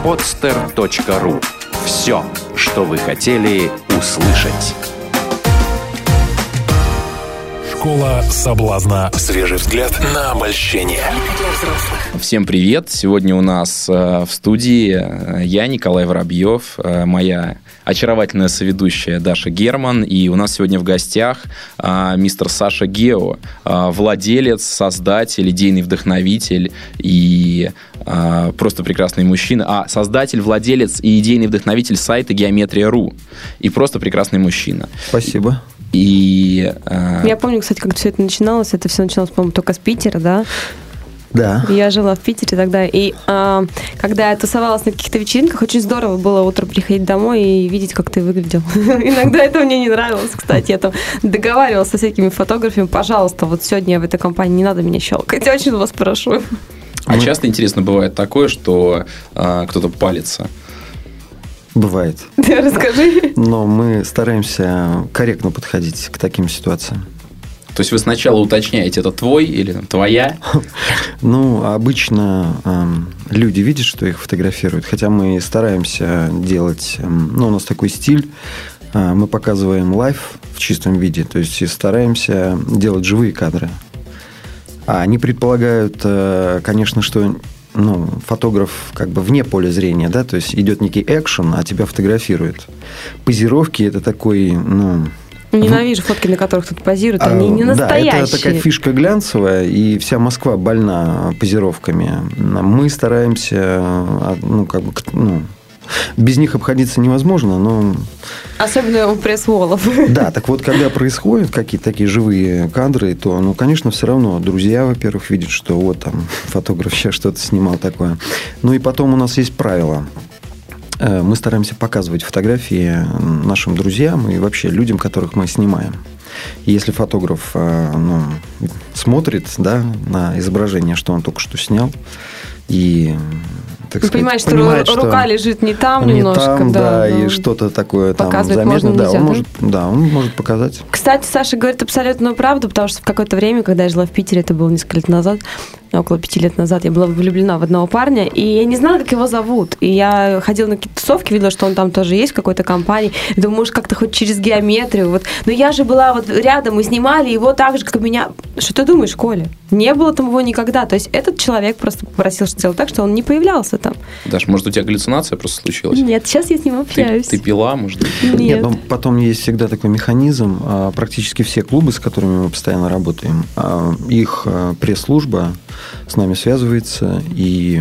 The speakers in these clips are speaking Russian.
podster.ru. Все, что вы хотели услышать. Школа соблазна. Свежий взгляд на обольщение. Всем привет! Сегодня у нас в студии я, Николай Воробьев, моя очаровательная соведущая Даша Герман, и у нас сегодня в гостях мистер Саша Гео, владелец, создатель, идейный вдохновитель и просто прекрасный мужчина, создатель, владелец и идейный вдохновитель сайта Geometria.ru, и просто прекрасный мужчина. Спасибо. И, Я помню, кстати, как все это начиналось. Это все начиналось, по-моему, только с Питера, да? Да. Я жила в Питере тогда. И когда я тусовалась на каких-то вечеринках, очень здорово было утром приходить домой и видеть, как ты выглядел. Иногда это мне не нравилось, кстати. Я там договаривалась со всякими фотографами. Пожалуйста, вот сегодня я в этой компании, не надо меня щелкать. Я очень вас прошу. А часто, интересно, бывает такое, что кто-то палится? Бывает. Ты расскажи. Но мы стараемся корректно подходить к таким ситуациям. То есть вы сначала уточняете, это твой или твоя? Ну, обычно люди видят, что их фотографируют, хотя мы стараемся делать, у нас такой стиль, мы показываем лайв в чистом виде, то есть и стараемся делать живые кадры. А они предполагают, конечно, что фотограф как бы вне поля зрения, да, то есть идет некий экшен, а тебя фотографируют. Позировки – это такой, Ненавижу фотки, на которых тут позируют, они не настоящие. Да, это такая фишка глянцевая, и вся Москва больна позировками. Мы стараемся, без них обходиться невозможно, но... Особенно у пресс-волов. Да, так вот, когда происходят какие-то такие живые кадры, то, конечно, все равно друзья, во-первых, видят, что вот там фотограф сейчас что-то снимал такое. Ну и потом у нас есть правило. Мы стараемся показывать фотографии нашим друзьям и вообще людям, которых мы снимаем. И если фотограф смотрит, да, на изображение, что он только что снял, и... Понимаешь, что рука лежит не там немножко. Там, да, и что-то такое там заметно. Да, он может показать. Кстати, Саша говорит абсолютную правду, потому что в какое-то время, когда я жила в Питере, это было несколько лет назад, около 5 лет назад, я была влюблена в одного парня, и я не знала, как его зовут. И я ходила на какие-то тусовки, видела, что он там тоже есть в какой-то компании. И думаю, может, как-то хоть через геометрию. Вот. Но я же была вот рядом, мы снимали его так же, как и меня. Что ты думаешь, Коля? Не было там его никогда. То есть этот человек просто попросил сделать так, что он не появлялся там. Даш, может, у тебя галлюцинация просто случилась? Нет, сейчас я с ним общаюсь. Ты пила, может быть? Нет, но потом есть всегда такой механизм. Практически все клубы, с которыми мы постоянно работаем, их пресс-служба с нами связывается, и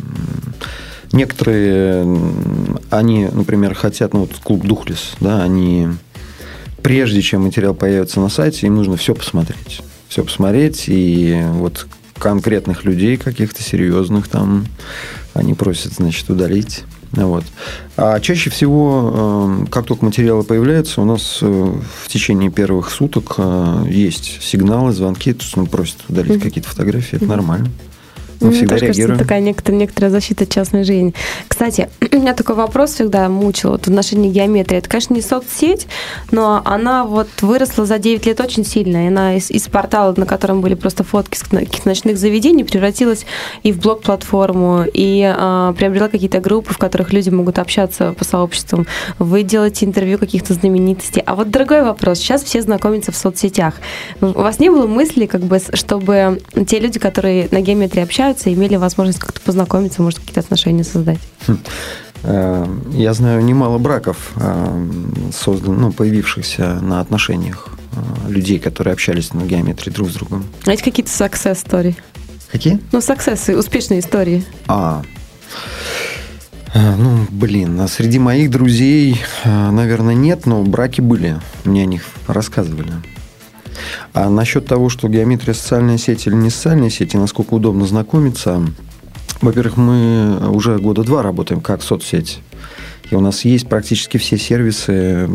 некоторые, они, например, хотят, клуб Духлес, да, они, прежде чем материал появится на сайте, им нужно все посмотреть. Все посмотреть, и вот конкретных людей, каких-то серьезных там, они просят, значит, удалить. Вот. А чаще всего, как только материалы появляются, у нас в течение первых суток есть сигналы, звонки, то есть просят удалить какие-то фотографии, это нормально. Мы всегда реагируем. Кажется, такая некоторая защита частной жизни. Кстати, у меня такой вопрос всегда мучил в отношении геометрии. Это, конечно, не соцсеть, но она вот выросла за 9 лет очень сильно. И она из портала, на котором были просто фотки с каких-то ночных заведений, превратилась и в блог-платформу, и приобрела какие-то группы, в которых люди могут общаться по сообществам. Вы делаете интервью каких-то знаменитостей. А вот другой вопрос. Сейчас все знакомятся в соцсетях. У вас не было мысли, чтобы те люди, которые на геометрии общаются, имели возможность как-то познакомиться, может, какие-то отношения создать? Я знаю немало браков, появившихся на отношениях людей, которые общались на геометрии друг с другом. А есть какие-то success story? Какие? Success, успешные истории. Среди моих друзей, наверное, нет, но браки были. Мне о них рассказывали. А насчет того, что геометрия социальная сеть или не социальная сеть, и насколько удобно знакомиться, во-первых, мы уже года 2 работаем как соцсеть. И у нас есть практически все сервисы,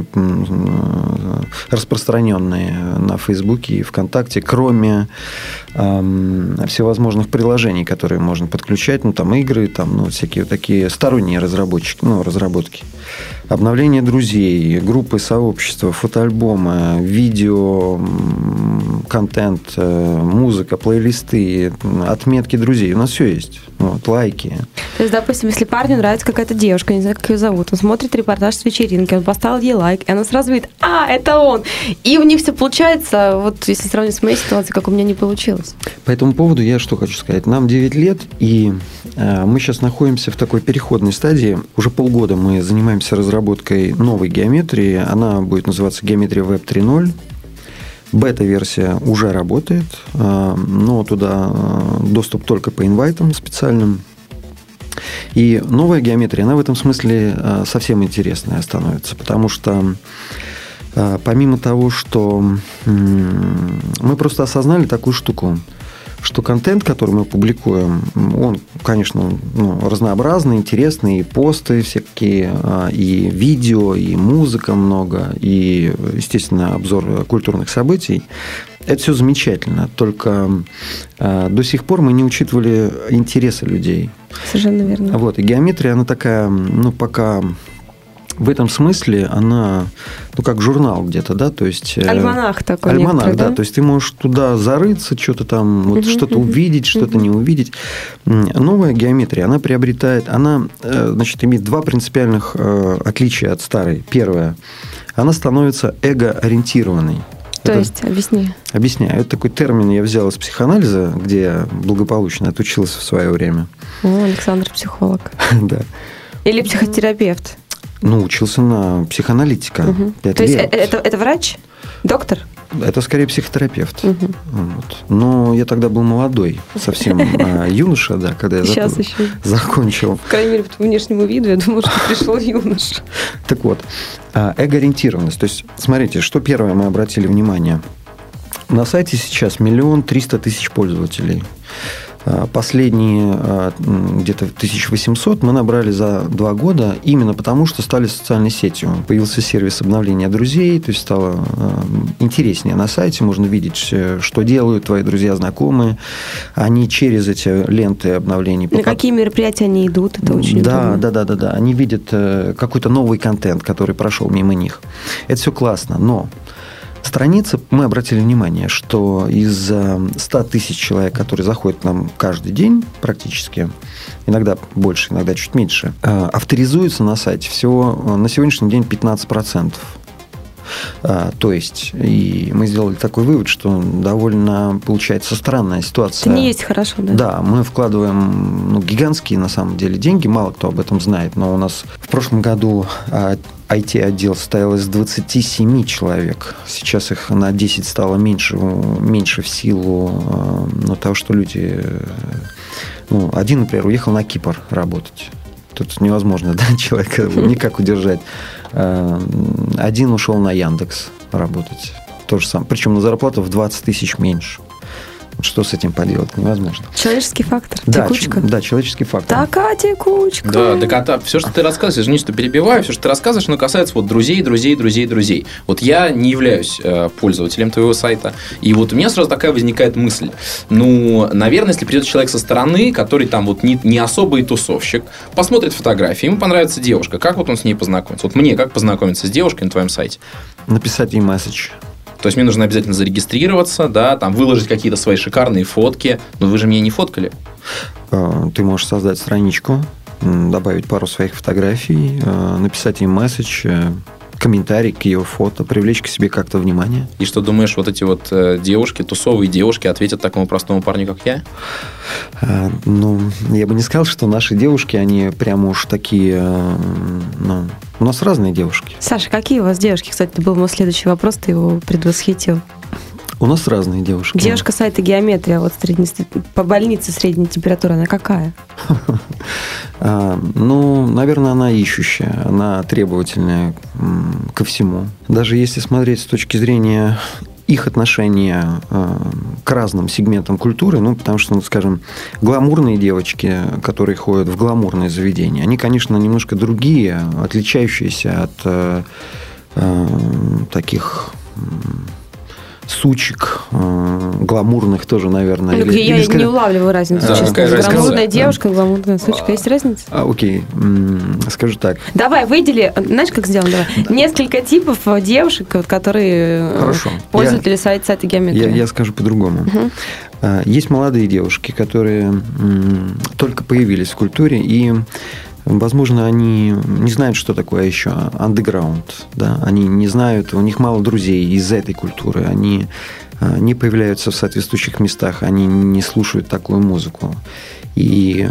распространенные на Фейсбуке и ВКонтакте, кроме всевозможных приложений, которые можно подключать, ну, там игры, там, ну, всякие вот такие сторонние разработки. Обновление друзей, группы, сообщества, фотоальбомы, видео, контент, музыка, плейлисты, отметки друзей. У нас все есть. Вот, лайки. То есть, допустим, если парню нравится какая-то девушка, не знаю, как ее зовут, он смотрит репортаж с вечеринки, он поставил ей лайк, и она сразу видит, это он. И у них все получается, вот если сравнить с моей ситуацией, как у меня не получилось. По этому поводу я что хочу сказать. Нам 9 лет, и мы сейчас находимся в такой переходной стадии. Уже полгода мы занимаемся разработкой новой геометрии. Она будет называться геометрия Web 3.0. Бета-версия уже работает, но туда доступ только по инвайтам специальным. И новая геометрия, она в этом смысле совсем интересная становится, потому что помимо того, что мы просто осознали такую штуку, что контент, который мы публикуем, он, конечно, разнообразный, интересный, и посты всякие, и видео, и музыка много, и, естественно, обзор культурных событий. Это все замечательно, только до сих пор мы не учитывали интересы людей. Совершенно верно. Вот, и геометрия, она такая, пока... В этом смысле она, как журнал где-то, да, то есть... Альманах такой. Альманах, да, то есть ты можешь туда зарыться, что-то там, что-то увидеть, что-то не увидеть. Новая геометрия, она приобретает, она, значит, имеет два принципиальных отличия от старой. Первое, она становится эго-ориентированной. То есть, объясни. Объясняю. Это такой термин я взял из психоанализа, где я благополучно отучился в свое время. Александр психолог. Да. Или психотерапевт. Учился на психоаналитика. 5 То есть, лет. это врач? Доктор? Это скорее психотерапевт. Вот. Но я тогда был молодой, совсем юноша, да, когда я закончил. По крайней мере, по внешнему виду, я думаю, что пришел юноша. Так вот, эго-ориентированность. То есть, смотрите, что первое мы обратили внимание. На сайте сейчас 1 300 000 пользователей. Последние где-то 1800 мы набрали за 2 года именно потому, что стали социальной сетью. Появился сервис обновления друзей, то есть стало интереснее на сайте. Можно видеть, что делают твои друзья, знакомые. Они через эти ленты обновлений... На какие мероприятия они идут, это очень удобно. Да. Они видят какой-то новый контент, который прошел мимо них. Это все классно, но... Страница, мы обратили внимание, что из 100 000 человек, которые заходят к нам каждый день практически, иногда больше, иногда чуть меньше, авторизуются на сайте всего на сегодняшний день 15%. То есть, и мы сделали такой вывод, что довольно, получается, странная ситуация. Это не есть хорошо, да? Да, мы вкладываем гигантские, на самом деле, деньги, мало кто об этом знает, но у нас в прошлом году IT-отдел состоял из 27 человек. Сейчас их на 10 стало меньше в силу того, что люди... один, например, уехал на Кипр работать. Тут невозможно, да, человека никак удержать. Один ушел на Яндекс работать. То же самое. Причем на зарплату в 20 000 меньше. Что с этим поделать? Невозможно. Человеческий фактор. Да, текучка. Да, человеческий фактор. Такая текучка. Да, все, что ты рассказываешь, извини, что перебиваю, все, что ты рассказываешь, оно касается друзей. Вот я не являюсь пользователем твоего сайта, и вот у меня сразу такая возникает мысль. Наверное, если придет человек со стороны, который там не особый тусовщик, посмотрит фотографии, ему понравится девушка, как он с ней познакомится? Мне как познакомиться с девушкой на твоем сайте? Написать ей месседж. То есть, мне нужно обязательно зарегистрироваться, да, там выложить какие-то свои шикарные фотки. Но вы же меня не фоткали. Ты можешь создать страничку, добавить пару своих фотографий, написать ей месседж, комментарий к ее фото, привлечь к себе как-то внимание. И что думаешь, эти девушки, тусовые девушки ответят такому простому парню, как я? Я бы не сказал, что наши девушки, они прямо уж такие... у нас разные девушки. Саша, какие у вас девушки? Кстати, это был мой следующий вопрос, ты его предвосхитил. У нас разные девушки. Девушка сайта «Геометрия», по больнице средняя температура, она какая? Наверное, она ищущая, она требовательная ко всему. Даже если смотреть с точки зрения их отношение к разным сегментам культуры, ну, потому что, скажем, гламурные девочки, которые ходят в гламурные заведения, они, конечно, немножко другие, отличающиеся от таких сучек гламурных тоже, наверное. Я не улавливаю разницу. Да, гламурная девушка, гламурная сучка. Есть разница? Окей, скажу так. Давай, выдели, знаешь, как сделаем? Давай. Несколько типов девушек, которые пользователи сайта геометрии. Я скажу по-другому. Есть молодые девушки, которые только появились в культуре, и возможно, они не знают, что такое еще андеграунд. Да? Они не знают, у них мало друзей из этой культуры. Они не появляются в соответствующих местах, они не слушают такую музыку. И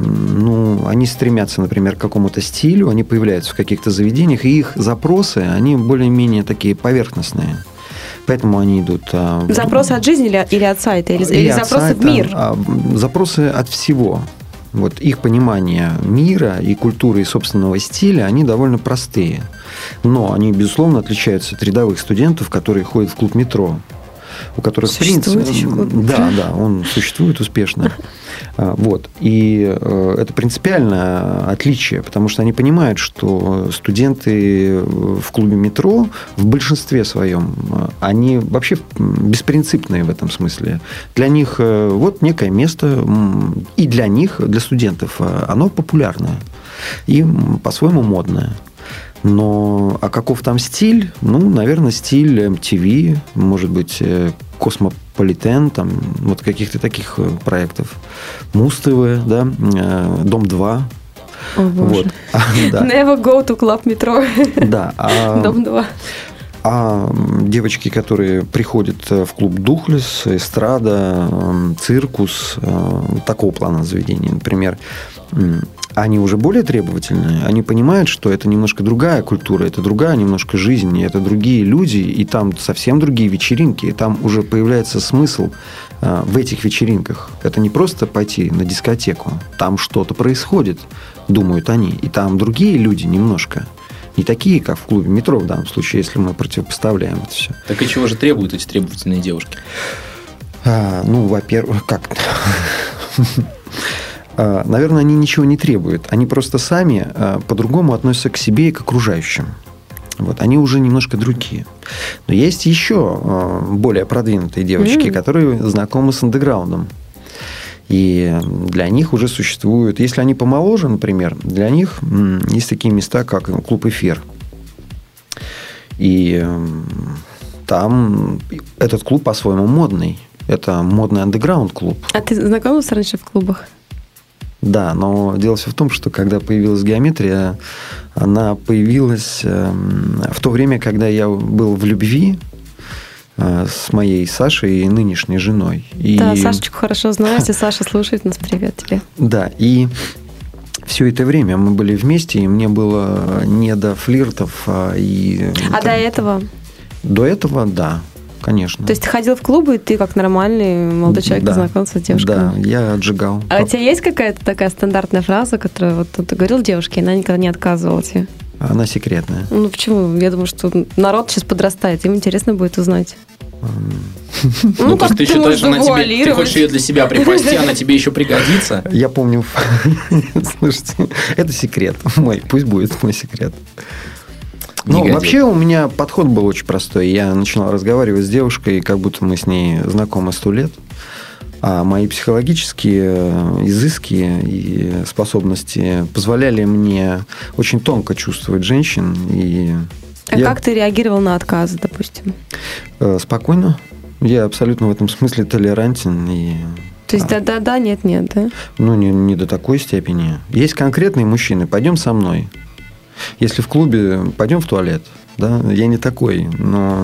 они стремятся, например, к какому-то стилю, они появляются в каких-то заведениях, и их запросы, они более-менее такие поверхностные. Поэтому они идут... Запросы от жизни или от сайта? Или запросы в мир? Запросы от всего. Вот их понимание мира и культуры и собственного стиля, они довольно простые. Но они, безусловно, отличаются от рядовых студентов, которые ходят в клуб «Метро», у которых, в принципе... Да, он существует успешно. Вот. И это принципиальное отличие, потому что они понимают, что студенты в клубе «Метро» в большинстве своем, они вообще беспринципные в этом смысле. Для них вот некое место, и для них, для студентов, оно популярное и по-своему модное. Но а каков там стиль? Наверное, стиль MTV, может быть, Космополитен, там, вот каких-то таких проектов. Муз-ТВ, да, Дом-2. О, боже. Вот. Да. Never go to Club Metro. Да. Дом-2. А девочки, которые приходят в клуб «Духлес», «Эстрада», «Циркус», такого плана заведений, например, они уже более требовательные, они понимают, что это немножко другая культура, это другая немножко жизнь, и это другие люди, и там совсем другие вечеринки, и там уже появляется смысл в этих вечеринках. Это не просто пойти на дискотеку, там что-то происходит, думают они, и там другие люди немножко. Не такие, как в клубе «Метро» в данном случае, если мы противопоставляем это все. Так и чего же требуют эти требовательные девушки? Во-первых, как... Наверное, они ничего не требуют. Они просто сами по-другому относятся к себе и к окружающим. Вот. Они уже немножко другие. Но есть еще более продвинутые девочки, которые знакомы с андеграундом. И для них уже существуют... Если они помоложе, например, для них есть такие места, как клуб «Эфир». И там этот клуб по-своему модный. Это модный андеграунд-клуб. А ты знакомился раньше в клубах? Да, но дело все в том, что когда появилась геометрия, она появилась в то время, когда я был в любви с моей Сашей и нынешней женой. Да, Сашечку хорошо знаю, если Саша слушает нас, привет тебе. Да, и все это время мы были вместе, и мне было не до флиртов. До этого? До этого, да. Конечно. То есть ты ходил в клубы, и ты как нормальный молодой человек познакомился с девушкой? Да, я отжигал. А у тебя есть какая-то такая стандартная фраза, которую вот ты говорил девушке, и она никогда не отказывала тебе? Она секретная. Почему? Я думаю, что народ сейчас подрастает, им интересно будет узнать. То есть ты считаешь, ты хочешь ее для себя припасти, она тебе еще пригодится? Я помню. Слушайте, это секрет мой, пусть будет мой секрет. Вообще у меня подход был очень простой. Я начинал разговаривать с девушкой, как будто мы с ней знакомы 100 лет. А мои психологические изыски и способности позволяли мне очень тонко чувствовать женщин. Как ты реагировал на отказы, допустим? Спокойно. Я абсолютно в этом смысле толерантен. То есть да-да-да, нет-нет, да? Не до такой степени. Есть конкретные мужчины. Пойдем со мной. Если в клубе, пойдем в туалет. Да? Я не такой, но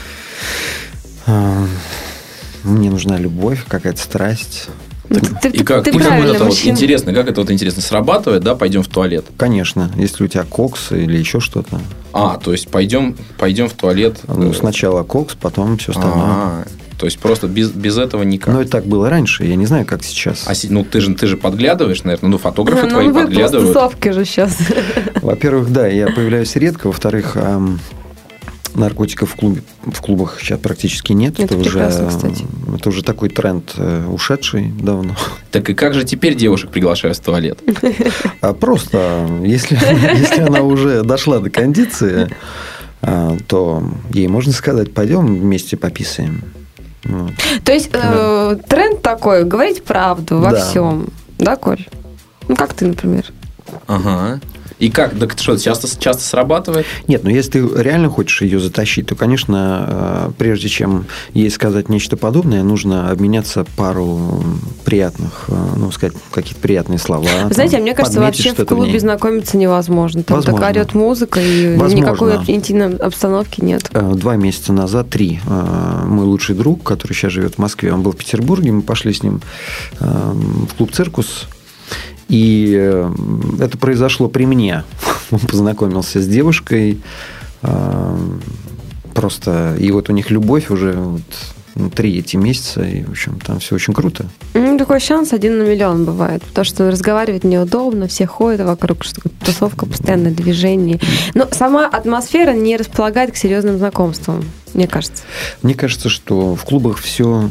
мне нужна любовь, какая-то страсть. И как интересно, как это интересно срабатывает, да, пойдем в туалет? Конечно, если у тебя кокс или еще что-то. То есть пойдем в туалет. Сначала кокс, потом все остальное. То есть просто без этого никак. Но это так было раньше, я не знаю, как сейчас. Ты же подглядываешь, наверное, фотографы твои подглядывают. Тусовки же сейчас. Во-первых, да, я появляюсь редко. Во-вторых, наркотиков в клубах сейчас практически нет. Это прекрасно, кстати. Это уже такой тренд ушедший давно. Так и как же теперь девушек приглашают в туалет? Просто, если она уже дошла до кондиции, то ей можно сказать, пойдем вместе пописаем. Вот. То есть тренд такой, говорить правду во всем. Да, Коль? Ну, как ты, например? Ага. И как? Так что, часто срабатывает? Нет, но если ты реально хочешь ее затащить, то, конечно, прежде чем ей сказать нечто подобное, нужно обменяться пару приятных, сказать, какие-то приятные слова. Вы знаете, мне кажется, вообще в клубе знакомиться невозможно. Там так орет музыка, и никакой интимной обстановки нет. 2 месяца назад, 3, мой лучший друг, который сейчас живет в Москве, он был в Петербурге, мы пошли с ним в клуб «Циркус». И это произошло при мне. Он познакомился с девушкой. Просто... И вот у них любовь уже 3 эти месяца. И, в общем, там все очень круто. Такой шанс 1 на миллион бывает. Потому что разговаривать неудобно, все ходят вокруг, что тусовка, постоянное движение. Но сама атмосфера не располагает к серьезным знакомствам, мне кажется. Мне кажется, что в клубах все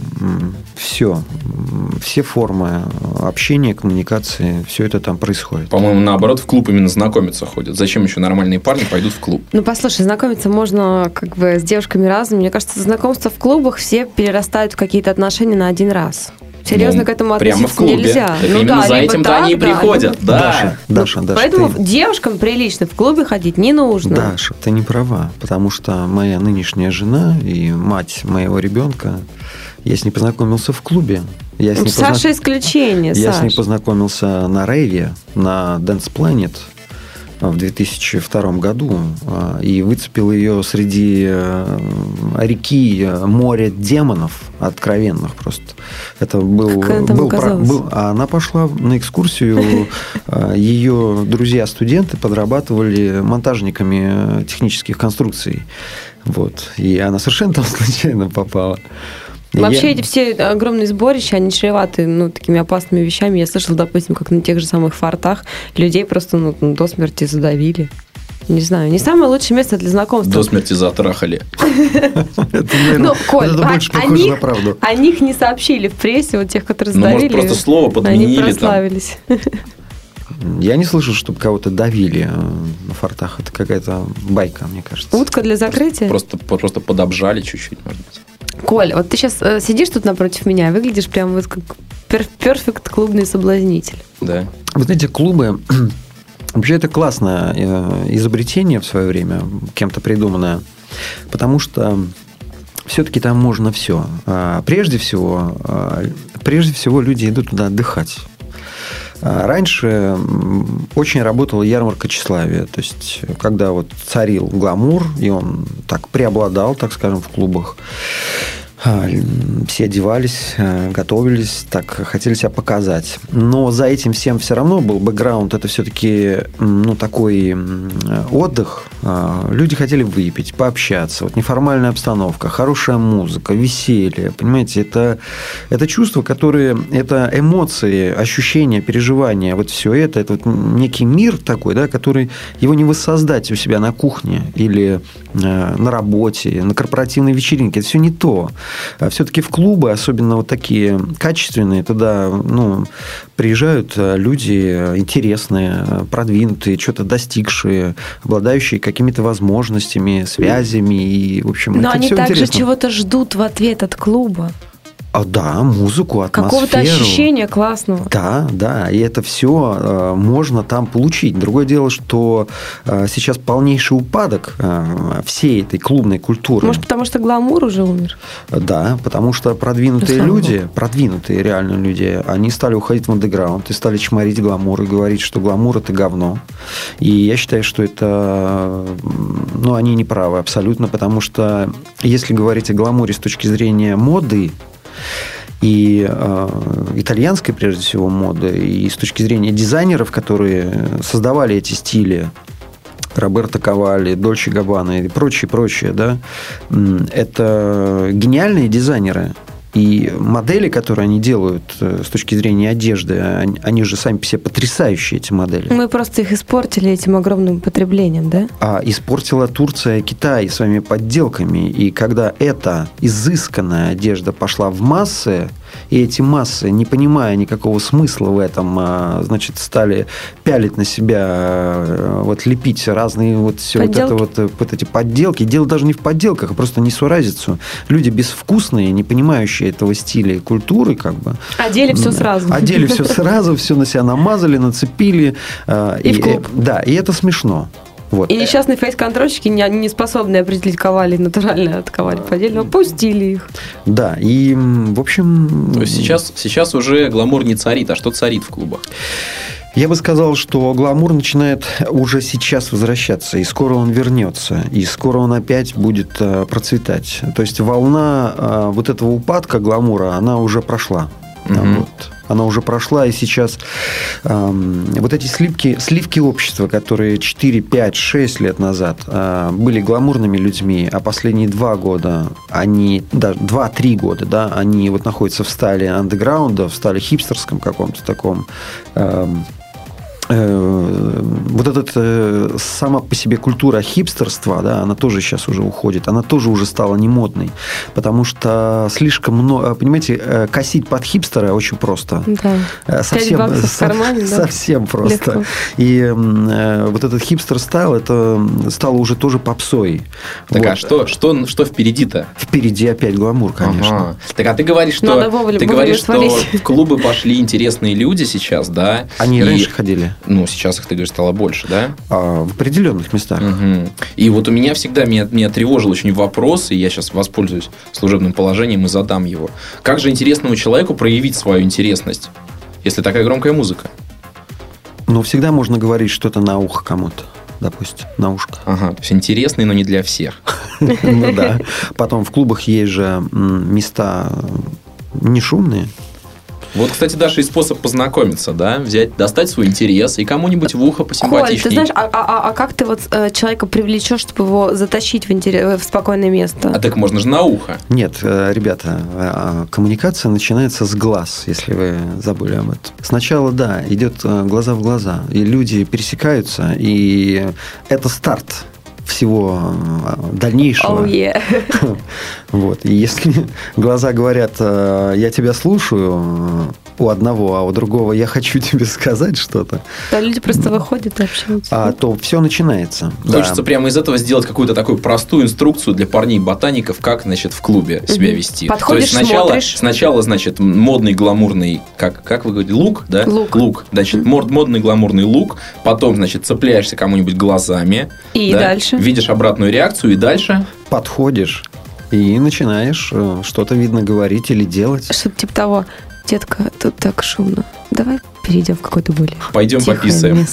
формы общения, коммуникации, все это там происходит. По-моему, наоборот, в клуб именно знакомиться ходят. Зачем еще нормальные парни пойдут в клуб? Ну, послушай, знакомиться можно как бы с девушками разными. Мне кажется, знакомства в клубах все перерастают в какие-то отношения на один раз. Серьезно к этому относиться нельзя. Так именно за этим-то они и приходят. Да. Даша, поэтому девушкам прилично в клубе ходить не нужно. Даша, ты не права. Потому что моя нынешняя жена и мать моего ребенка, я с ней познакомился в клубе. Саша исключение, Я с ней познакомился на рейве, на Dance Planet в 2002 году и выцепил ее среди реки, моря демонов откровенных просто. Это а она пошла на экскурсию, ее друзья-студенты подрабатывали монтажниками технических конструкций. Вот. И она совершенно там случайно попала. Вообще эти все огромные сборища, они чреваты такими опасными вещами. Я слышала, допустим, как на тех же самых фортах людей просто до смерти задавили. Не знаю, не самое лучшее место для знакомства. До смерти затрахали. Ну, Коль, о них не сообщили в прессе, вот тех, которые задавили. Может, просто слово подменили. Они прославились. Я не слышал, чтобы кого-то давили на фортах. Это какая-то байка, мне кажется. Утка для закрытия? Просто подобжали чуть-чуть, может быть. Коль, вот ты сейчас сидишь тут напротив меня и выглядишь прям вот как перфект клубный соблазнитель. Да. Вы знаете, клубы... Вообще, это классное изобретение в свое время, кем-то придуманное, потому что все-таки там можно все. Прежде всего, люди идут туда отдыхать. Раньше очень работала ярмарка тщеславия. То есть, когда вот царил гламур, и он так преобладал, так скажем, в клубах, все одевались, готовились, так хотели себя показать. Но за этим всем все равно был бэкграунд. Это все-таки такой отдых. Люди хотели выпить, пообщаться. Вот неформальная обстановка, хорошая музыка, веселье. Понимаете, это чувства, которые... Это эмоции, ощущения, переживания. Вот все это вот некий мир такой, да, который... Его не воссоздать у себя на кухне или на работе, на корпоративной вечеринке. Это все не то. Все-таки в клубы, особенно вот такие качественные, туда приезжают люди интересные, продвинутые, что-то достигшие, обладающие какими-то возможностями, связями. И, в общем, но это они все также интересно. чего-то ждут в ответ от клуба. Да, музыку, атмосферу. Какого-то ощущения классного. Да, и это все можно там получить. Другое дело, что сейчас полнейший упадок всей этой клубной культуры. Может, потому что гламур уже умер? Да, потому что продвинутые реально люди, они стали уходить в андеграунд и стали чморить гламур и говорить, что гламур – это говно. И я считаю, что это... они не правы абсолютно, потому что если говорить о гламуре с точки зрения моды, и итальянской, прежде всего, моды, и с точки зрения дизайнеров, которые создавали эти стили, Роберто Кавалли, Дольче Габбана и прочее, да, это гениальные дизайнеры. И модели, которые они делают с точки зрения одежды, они же сами по себе потрясающие, эти модели. Мы просто их испортили этим огромным потреблением, да? Испортила Турция Китай своими подделками. И когда эта изысканная одежда пошла в массы, и эти массы, не понимая никакого смысла в этом, значит, стали пялить на себя, вот лепить разные вот эти подделки. Дело даже не в подделках, а просто несуразицу. Люди безвкусные, не понимающие этого стиля и культуры, как бы. Одели все сразу. Одели все сразу, все на себя намазали, нацепили. И в клуб. Да, и это смешно. Вот. И несчастные фейс-контрольщики не способны определить, ковали натурально от ковали поддельного, пустили их. Да, и, в общем... То есть сейчас уже гламур не царит, а что царит в клубах? Я бы сказал, что гламур начинает уже сейчас возвращаться, и скоро он вернется, и скоро он опять будет процветать. То есть волна вот этого упадка гламура, она уже прошла. Вот. Она уже прошла, и сейчас вот эти сливки общества, которые 4, 5, 6 лет назад были гламурными людьми, а последние 2 года, 2-3 года, да, они вот находятся в стиле андеграунда, в стиле хипстерском каком-то таком. Вот эта сама по себе культура хипстерства, да, она тоже сейчас уже уходит, она тоже уже стала немодной, потому что слишком много, понимаете, косить под хипстера очень просто. Да. Совсем просто. Легко. И вот этот хипстер-стайл, это стало уже тоже попсой. Так, вот. А что впереди-то? Впереди опять гламур, конечно. Ага. Так, а ты говоришь, что в клубы пошли интересные люди сейчас, да? Они раньше ходили. Ну, сейчас их, ты говоришь, стало больше, да? В определенных местах. Угу. И вот у меня всегда меня тревожил очень вопрос, и я сейчас воспользуюсь служебным положением и задам его. Как же интересному человеку проявить свою интересность, если такая громкая музыка? Ну, всегда можно говорить что-то на ухо кому-то, допустим, на ушко. Ага, то есть интересный, но не для всех. Ну да. Потом в клубах есть же места не шумные. Вот, кстати, Даша, и способ познакомиться, да? Достать свой интерес и кому-нибудь в ухо посимпатичнее. Коль, ты знаешь, а как ты вот человека привлечешь, чтобы его затащить в спокойное место? А так можно же на ухо. Нет, ребята, коммуникация начинается с глаз, если вы забыли об этом. Сначала, да, идет глаза в глаза, и люди пересекаются, и это старт всего дальнейшего. Вот. И если глаза говорят, я тебя слушаю у одного, а у другого я хочу тебе сказать что-то. Да, люди просто выходят и общаются. То все начинается. Хочется прямо из этого сделать какую-то такую простую инструкцию для парней-ботаников, как, значит, в клубе себя вести. Подходишь, то есть сначала, значит, модный, гламурный, как вы говорите, лук, да? Лук. Значит, модный, гламурный лук. Потом, значит, цепляешься кому-нибудь глазами. И дальше. Видишь обратную реакцию, и дальше подходишь и начинаешь что-то, видно, говорить или делать. Что-то типа того: детка, тут так шумно, давай перейдем в какое-то более пойдем пописаем.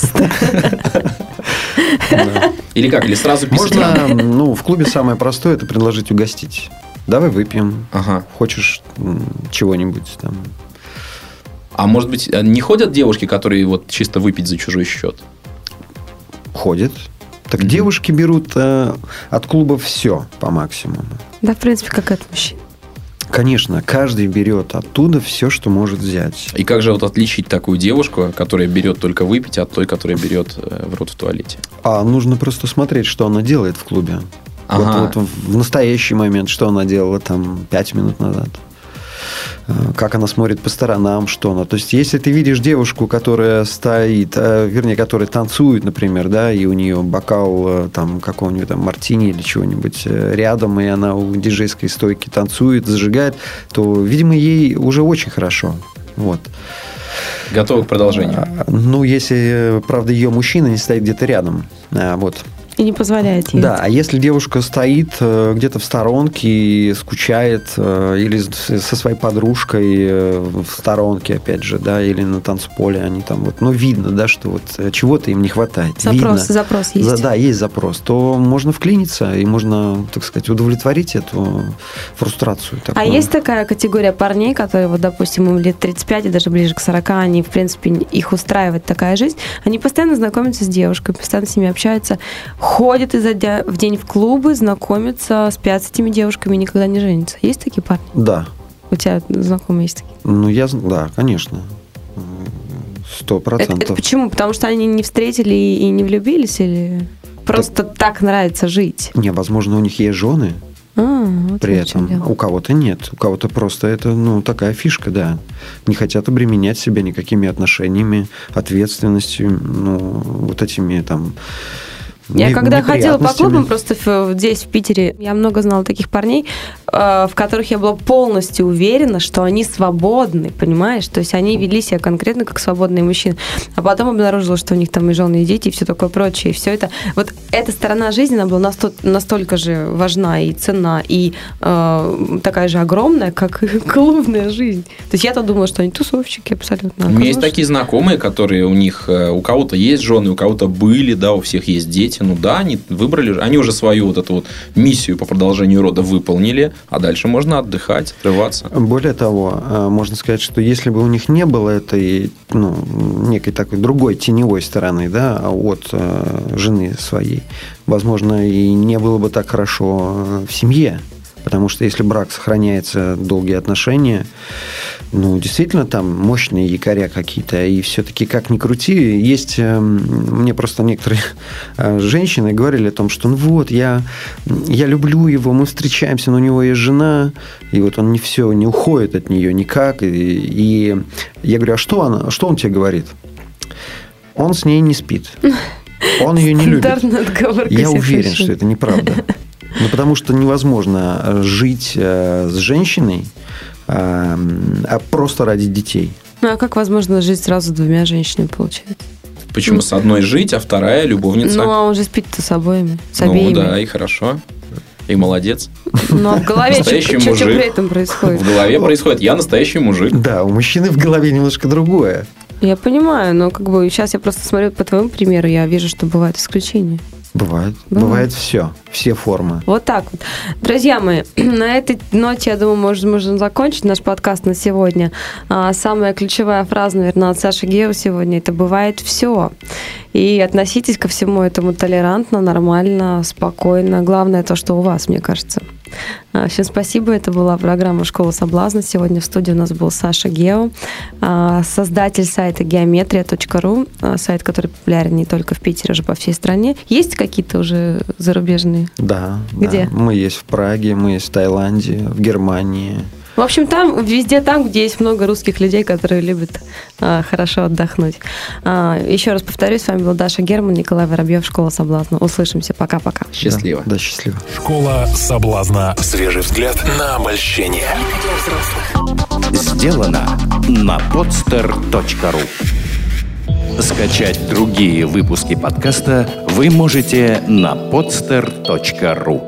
Или как? Или сразу писать? Можно, в клубе самое простое — это предложить угостить. Давай выпьем. Хочешь чего-нибудь там. А может быть, не ходят девушки, которые вот чисто выпить за чужой счет? Ходят. Так девушки берут от клуба все по максимуму. Да, в принципе, как от мужчин. Конечно, каждый берет оттуда все, что может взять. И как же вот отличить такую девушку, которая берет только выпить, от той, которая берет в рот в туалете? Нужно просто смотреть, что она делает в клубе. Вот в настоящий момент, что она делала там 5 минут назад. Как она смотрит по сторонам, что она. То есть, если ты видишь девушку, которая стоит, которая танцует, например, да, и у нее бокал там какого-нибудь там мартини или чего-нибудь рядом, и она у диджейской стойки танцует, зажигает, то, видимо, ей уже очень хорошо. Вот. Готова к продолжению. Если, правда, ее мужчина не стоит где-то рядом. Вот. И не позволяет ей. Да, а если девушка стоит где-то в сторонке и скучает, или со своей подружкой в сторонке, опять же, да, или на танцполе, они там вот, видно, да, что вот чего-то им не хватает. Запрос есть. Да, есть запрос. То можно вклиниться и можно, так сказать, удовлетворить эту фрустрацию. А есть такая категория парней, которые, вот, допустим, им лет 35 и даже ближе к 40, они, в принципе, их устраивает такая жизнь, они постоянно знакомятся с девушками, постоянно с ними общаются, ходят изо дня в день в клубы, знакомятся, спят с этими девушками и никогда не женятся. Есть такие парни? Да. У тебя знакомые есть такие? Да, конечно. 100%. Это почему? Потому что они не встретили и не влюбились? Или просто так нравится жить? Не, возможно, у них есть жены. Вот при этом у кого-то нет. У кого-то просто это, такая фишка, да. Не хотят обременять себя никакими отношениями, ответственностью, вот этими там... Я когда ходила по клубам просто здесь, в Питере, я много знала таких парней, в которых я была полностью уверена, что они свободны, понимаешь? То есть они вели себя конкретно как свободные мужчины. А потом обнаружила, что у них там и жены, и дети, и все такое прочее. И все это... Вот эта сторона жизни, она была настолько же важна и ценна, и такая же огромная, как клубная жизнь. То есть я-то думала, что они тусовщики абсолютно. У меня есть такие знакомые, которые у кого-то есть жены, у кого-то были, да, у всех есть дети. Они выбрали, они уже свою вот эту вот миссию по продолжению рода выполнили, а дальше можно отдыхать, отрываться. Более того, можно сказать, что если бы у них не было этой, некой такой другой теневой стороны, да, от жены своей, возможно, и не было бы так хорошо в семье. Потому что если брак сохраняется, долгие отношения, действительно, там мощные якоря какие-то. И все-таки, как ни крути, есть... Мне просто некоторые женщины говорили о том, что я люблю его, мы встречаемся, но у него есть жена, и вот он не уходит от нее никак. И я говорю, а что он тебе говорит? Он с ней не спит. Он ее не любит. Я уверен, что это неправда. Потому что невозможно жить с женщиной, просто ради детей. А как возможно жить сразу с двумя женщинами, получается? Почему с одной жить, а вторая любовница? А он же спит-то с обоими, с обеими. Да, и хорошо. И молодец. А в голове что при этом происходит? В голове происходит «я настоящий мужик». Да, у мужчины в голове немножко другое. Я понимаю, но сейчас я просто смотрю по твоему примеру, я вижу, что бывают исключения. Бывает все формы. Вот так вот. Друзья мои, на этой ноте, я думаю, можно закончить наш подкаст на сегодня. Самая ключевая фраза, наверное, от Саши Гео сегодня – это «бывает все». И относитесь ко всему этому толерантно, нормально, спокойно. Главное то, что у вас, мне кажется. Всем спасибо. Это была программа «Школа соблазна». Сегодня в студии у нас был Саша Гео, создатель сайта geometria.ru, сайт, который популярен не только в Питере, уже по всей стране. Есть какие-то уже зарубежные? Да. Где? Да. Мы есть в Праге, мы есть в Таиланде, в Германии. В общем, везде там, где есть много русских людей, которые любят хорошо отдохнуть. Еще раз повторюсь, с вами был Даша Герман, Николай Воробьев, «Школа соблазна». Услышимся. Пока-пока. Счастливо. Да, счастливо. «Школа соблазна». Свежий взгляд на обольщение. Сделано на podster.ru. Скачать другие выпуски подкаста вы можете на podster.ru.